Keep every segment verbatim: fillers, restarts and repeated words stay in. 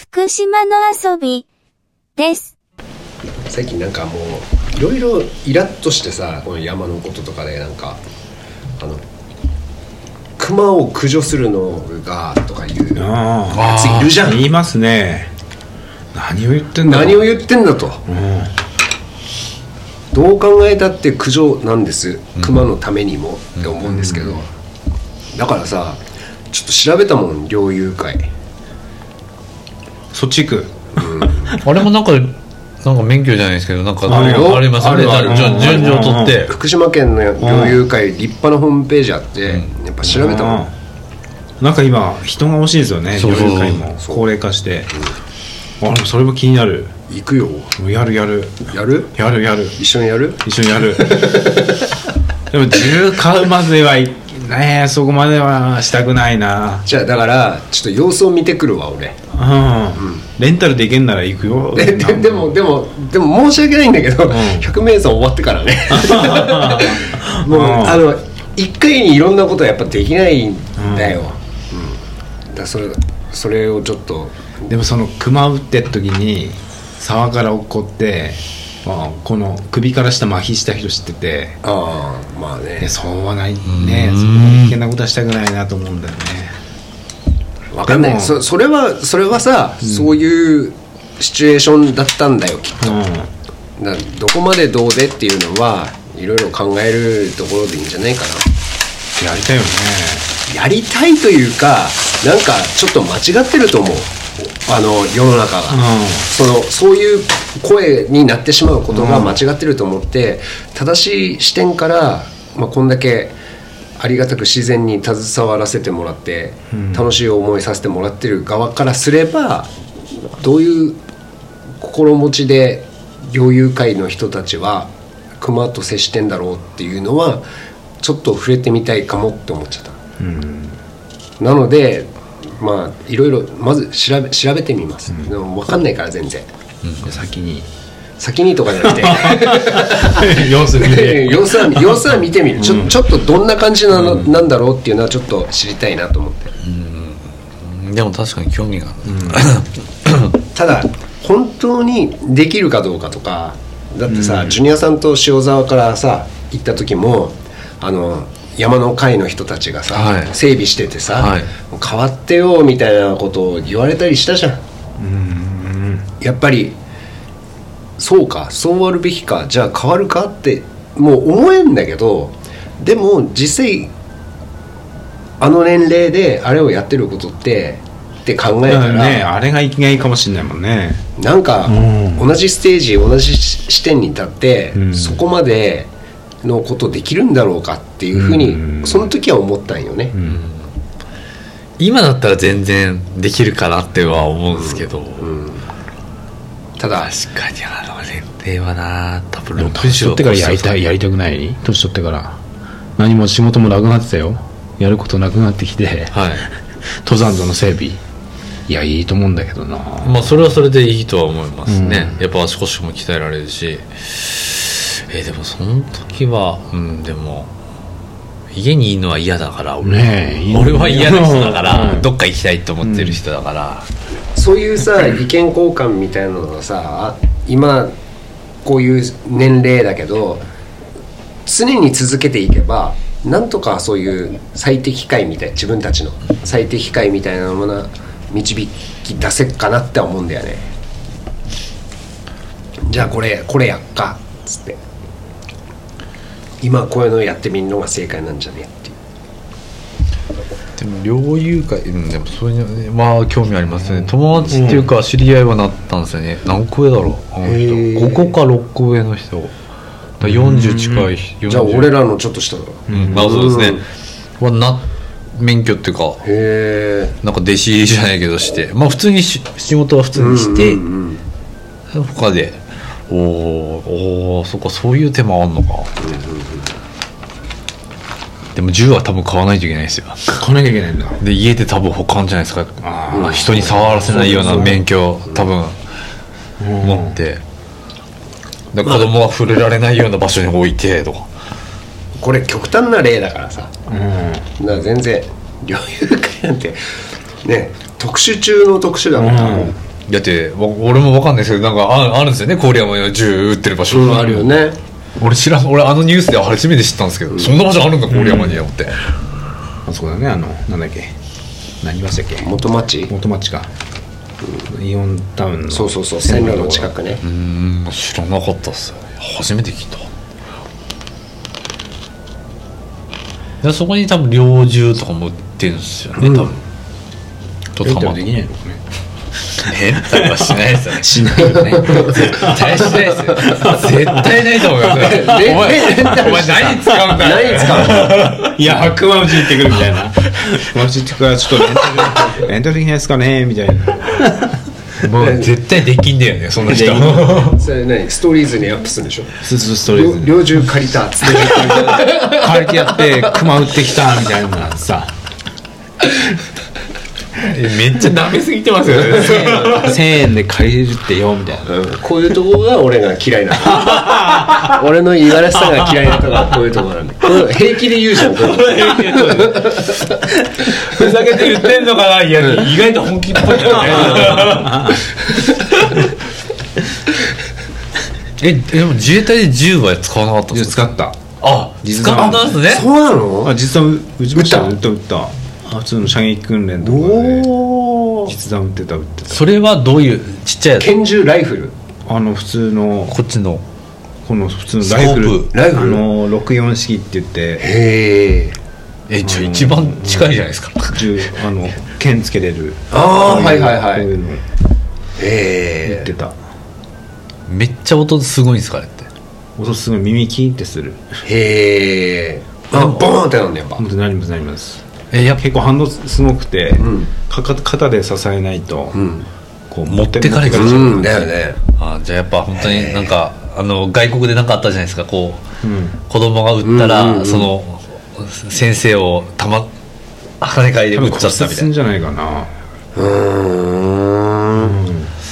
福島の遊びです。 最近なんかもういろいろイラッとしてさ、この山のこととかでなんかあの熊を駆除するのがとかいうやついるじゃん。 言いますね。何を言ってんだ何を言ってんだと、うん、どう考えたって駆除なんです、うん、熊のためにもって思うんですけど、うん、だからさちょっと調べたもん、猟友会。 そっち行く、 うん、あれもなんかなんか免許じゃないですけどなんかあるよ、 ありますね。順序を取って福島県の猟友会立派なホームページあって、うん、やっぱ調べたもん。 なんか今人が欲しいですよね。猟友会も高齢化して、うん、あそれも気になる。 行くよ。 やるやるやるやるやる一緒にやる一緒にやるでも銃買うまではいねえ、そこまではしたくないな。 じゃあだからちょっと様子を見てくるわ俺、 うんうん、レンタルで行けんなら行くよ。 で, で, でもでもでも申し訳ないんだけど、うん、ひゃくメートル終わってからねもう、うん、あのいっかいにいろんなことはやっぱできないんだよ、うんうん、だそれそれをちょっと。 でもその熊撃ってる時に沢から落っこって、まあ、この首から下麻痺した人知ってて、 ああまあね、 そうはないね。そんな危険なことはしたくないなと思うんだよね。 分かんない。 そ, それはそれはさ、うん、そういうシチュエーションだったんだよきっと、うん、だどこまでどうでっていうのはいろいろ考えるところでいいんじゃないかな。 やりたいよね。 やりたいというかなんかちょっと間違ってると思う、あの世の中が、うん、そのそういう声になってしまうことが間違ってると思って、うん、正しい視点から、まあ、こんだけありがたく自然に携わらせてもらって、うん、楽しい思いさせてもらってる側からすればどういう心持ちで猟友会の人たちは熊と接してんだろうっていうのはちょっと触れてみたいかもって思っちゃった、うん、なのでまあいろいろまず調べ、調べてみます、うん、でも分かんないから全然、 うん、先に先にとかじゃなくて様子見て様子は様子は見てみる、ちょ、ちょっとどんな感じなの、うん、なんだろうっていうのはちょっと知りたいなと思って、 うん、でも確かに興味がある、うん、ただ本当にできるかどうかとかだってさ、うん、ジュニアさんと塩沢からさ行った時もあの山の会の人たちがさ、はい、整備しててさ、はい、変わってよみたいなことを言われたりしたじゃん、うん、やっぱりそうかそうあるべきかじゃあ変わるかってもう思えんだけど、でも実際あの年齢であれをやってることってって考えたら、 ね、あれが生きがいいかもしれないもんね。 なんか、うん、同じステージ同じ視点に立って、うん、そこまでのことできるんだろうかっていうふうに、うん、その時は思ったんよね、うん、 今だったら全然できるかなっては思うんですけど、うんうん、 ただ確かにあの年齢はな多分ろくじゅう年取ってからやりたいやりたくない？年取ってから何も仕事もなくなってたよ。やることなくなってきて、はい、登山道の整備いやいいと思うんだけどな。 まあそれはそれでいいとは思いますね、うん、やっぱ足腰も鍛えられるし、えー、でもその時はうんでも家にいるのは嫌だから俺、ね、いい俺は嫌な人だから、うん、どっか行きたいと思ってる人だから、 うん、そういうさ意見交換みたいなのがさ今こういう年齢だけど常に続けていけばなんとかそういう最適解みたい自分たちの最適解みたいなもの導き出せっかなって思うんだよね。じゃあこれこれやっかっつって今こういうのやってみるのが正解なんじゃねっていう。 でも猟友会、うん、でもそれには興味ありますね。友達っていうか知り合いはなったんですよね。何個上だろうあの人ごこかろっこ上の人だよんじゅう近い。 じゃあ俺らのちょっと下だ、 うん、まあそうですね、はな免許っていうかへなんか弟子入りじゃないけどしてまあ普通にし仕事は普通にして、うんうんうん、他でおーおーそっかそういう手もあんのか、うんうんうん、でも銃は多分買わないといけないですよ。 買わなきゃいけないんだ。 で家で多分保管じゃないですか。あ、まあ、人に触らせないような免許多分持ってで子供は触れられないような場所に置いてとか。 これ極端な例だからさ、うん、だから全然猟友会なんてね特殊中の特殊だから、うん、 だって俺も分かんないですけどなんか あ, あるんですよね郡山には銃撃ってる場所、 うん、あるよね。 俺知らん俺あのニュースで初めて知ったんですけど、うん、そんな場所あるんだ郡山にはって、うん、 あそこだねあのなんだっけ何橋だっけ元町元町か、うん、イオンタウンのそうそうそう線路の近くね。 うーん知らなかったっす初めて聞いた。でそこに多分猟銃とかも売ってるんですよね、うん、多分とレンタルできないのかね。 レンタルはしないですよね。 しないよね。 絶対しないですよ。絶対ないと思います。お前、お前何使うんだよ。 何使うの。 いや、白馬うち行ってくるみたいな。もしちょっとレンタルレンタルできないですかねみたいな。 もう絶対できんだよねその人。 それ何ストーリーズにアップするんでしょ。 ストーリーズに猟銃借りたっつって借りてやって熊撃ってきたみたいなさ。 めっちゃ舐めすぎてますよね。 せんえんで借りるってよみたいな、 うん、こういうとこが俺が嫌いなの。俺の言われしさが嫌いなとこがこういうとこなんで。平気で言うじゃん。こふざけて言ってんのかな。いや意外と本気っぽいよね。えでも自衛隊で銃は使わなかったんですか。 使った。 あ使ったんですね。 そうなの。 あ実際撃ちました。撃った撃った普通の射撃訓練とかで実弾撃ってた撃ってた。 それはどういうちっちゃいやつ。 拳銃ライフル。 あの普通のこっちのこの普通のライフルライフルあのろくじゅうよん式って言って。 へええじゃあ一番近いじゃないですか。 銃あの剣つけれる。 ああはいはいはい。 こういうのええ撃ってた。 めっちゃ音すごいんですかあれって。 音すごい耳キーンってする。 へえあボーンってなんだやっぱ。 本当になりますなります。 えや結構反応すごくて、うん、かか肩で支えないと、うん、こう持ってかれちゃう、 うん、だよね。 あじゃあやっぱ本当になんかあの外国で何かあったじゃないですかこう、うん、子供が撃ったら、うんうんうん、その先生をたま跳ね返りで撃っちゃったみたいな。 んじゃないかな。 うーん、うん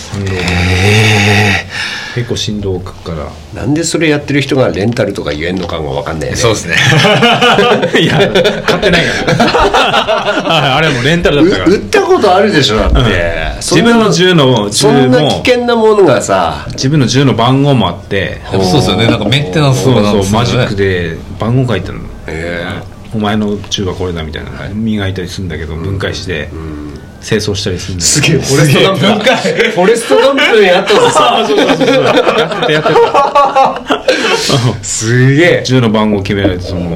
へー結構振動をくから。 なんでそれやってる人がレンタルとか言えんのかが分かんないよね。 そうですね。 いや買ってないからあれもレンタルだったから。 売ったことあるでしょだって、うん、 自分の銃の銃もそんな危険なものがさ自分の銃の番号もあって。 そうですよね。なんかメンテナンスとかなんですよね。 そうそうマジックで番号書いてるの。 へーお前の銃はこれだみたいな磨いたりするんだけど、うん、分解して、うん清掃したりするんだ。 すげえフォレストガンプフォレストガンプにやったぞさ。 そうそうそうそうやってたやってたすげえ銃の番号決められてその、うん、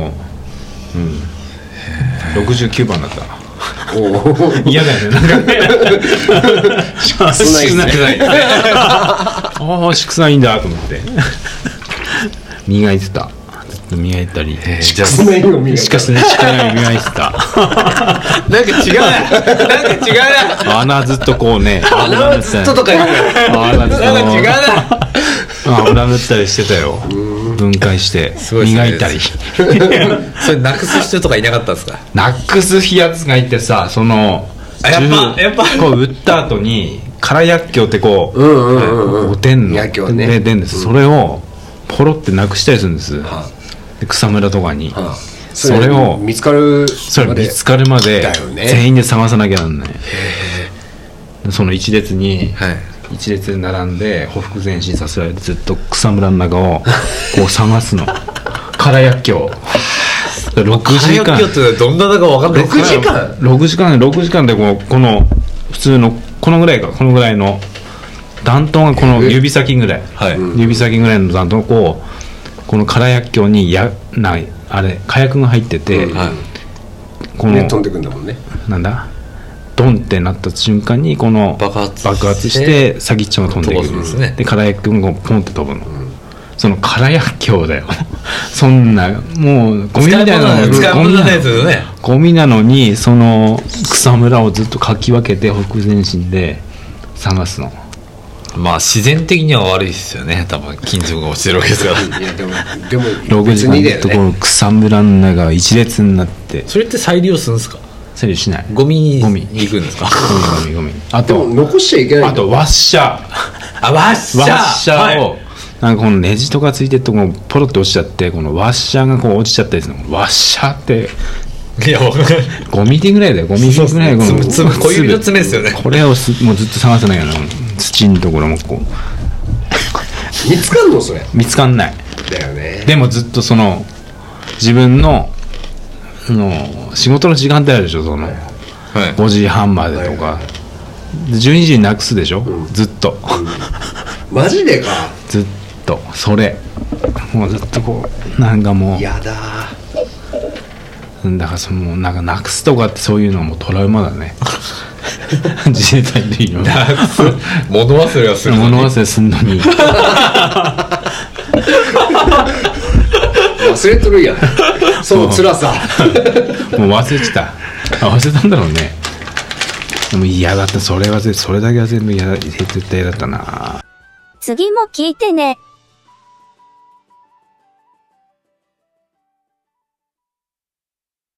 ろくじゅうきゅうばんだったお嫌だよねなんかね少ないねああ祝祭いいんだと思って磨いてた磨いたりしかしないの磨いしかしない力磨いてたなんか違うななんか違うな穴ずっとこうね穴ずっととか言うなんか違うな油塗ったりしてたよ分解して磨いたりそれなくす人とかいなかったんですか。 なくすやつがいてさそのやっぱやっぱこう打った後に空薬莢ってこう、 うんうんうんうん、 出んの薬莢ねで出んです、うん、それをポロってなくしたりするんです、はあ草むらとかに、はあ、そ, れそれを見つかるそれ見つかるまで全員で探さなきゃなんない、ね、その一列に、はい、一列で並んでほふ前進させられてずっと草むらの中をこう探すの空薬莢ろくじかん空薬莢ってどんなだか分かんない。 ろくじかんろくじかんろくじかんでこのこの普通のこのぐらいかこのぐらいの弾頭がこの指先ぐらい、はい、指先ぐらいの弾頭をこうこの空薬莢にやないあれ火薬が入ってて、うんはい、 この、ね、飛んでくんだもんね。 なんだドンってなった瞬間にこの爆発爆発して先っちょが飛んでくるんですね。で空薬莢がポンって飛ぶの、うん、その空薬莢だよそんなもうゴミみたいなのゴミなの、ね、ゴミなのにその草むらをずっとかき分けて北前進で探すの。 まあ自然的には悪いですよね多分金属が落ちてるわけですからいやでもでもろくじかんずっとこの草むらの中が一列になって。 それって再利用するんですか。 再利用しない。 ゴミに行くんですか。 ゴミゴミゴミ。あと残しちゃいけない。 あとワッシャーあワッシャーワッシャーを、はい、なんかこのネジとかついてるとこポロって落ちちゃってこのワッシャーがこう落ちちゃったりするの。ワッシャーっていやごミリぐらいだよごミリぐらいこの小指の爪ですよね。 これをすもうずっと探さないよな土のところもこう見つかんのそれ。 見つかんないだよね。 でもずっとその自分のの仕事の時間帯あるでしょ、その、はい、ごじはんまでとか、はい、じゅうにじになくすでしょ、うん、ずっと、 うん、マジでか。 ずっとそれもうずっとこうなんかもうやだだからそのなんかなくすとかってそういうのはもうトラウマだね自衛隊の時のなくす物忘れはするのに物忘れすんのに忘れとるやんその辛さもう忘れてた忘れたんだろうね。でも嫌だった。それはそれだけは全部嫌だ、絶対嫌だったな。 次も聞いてね。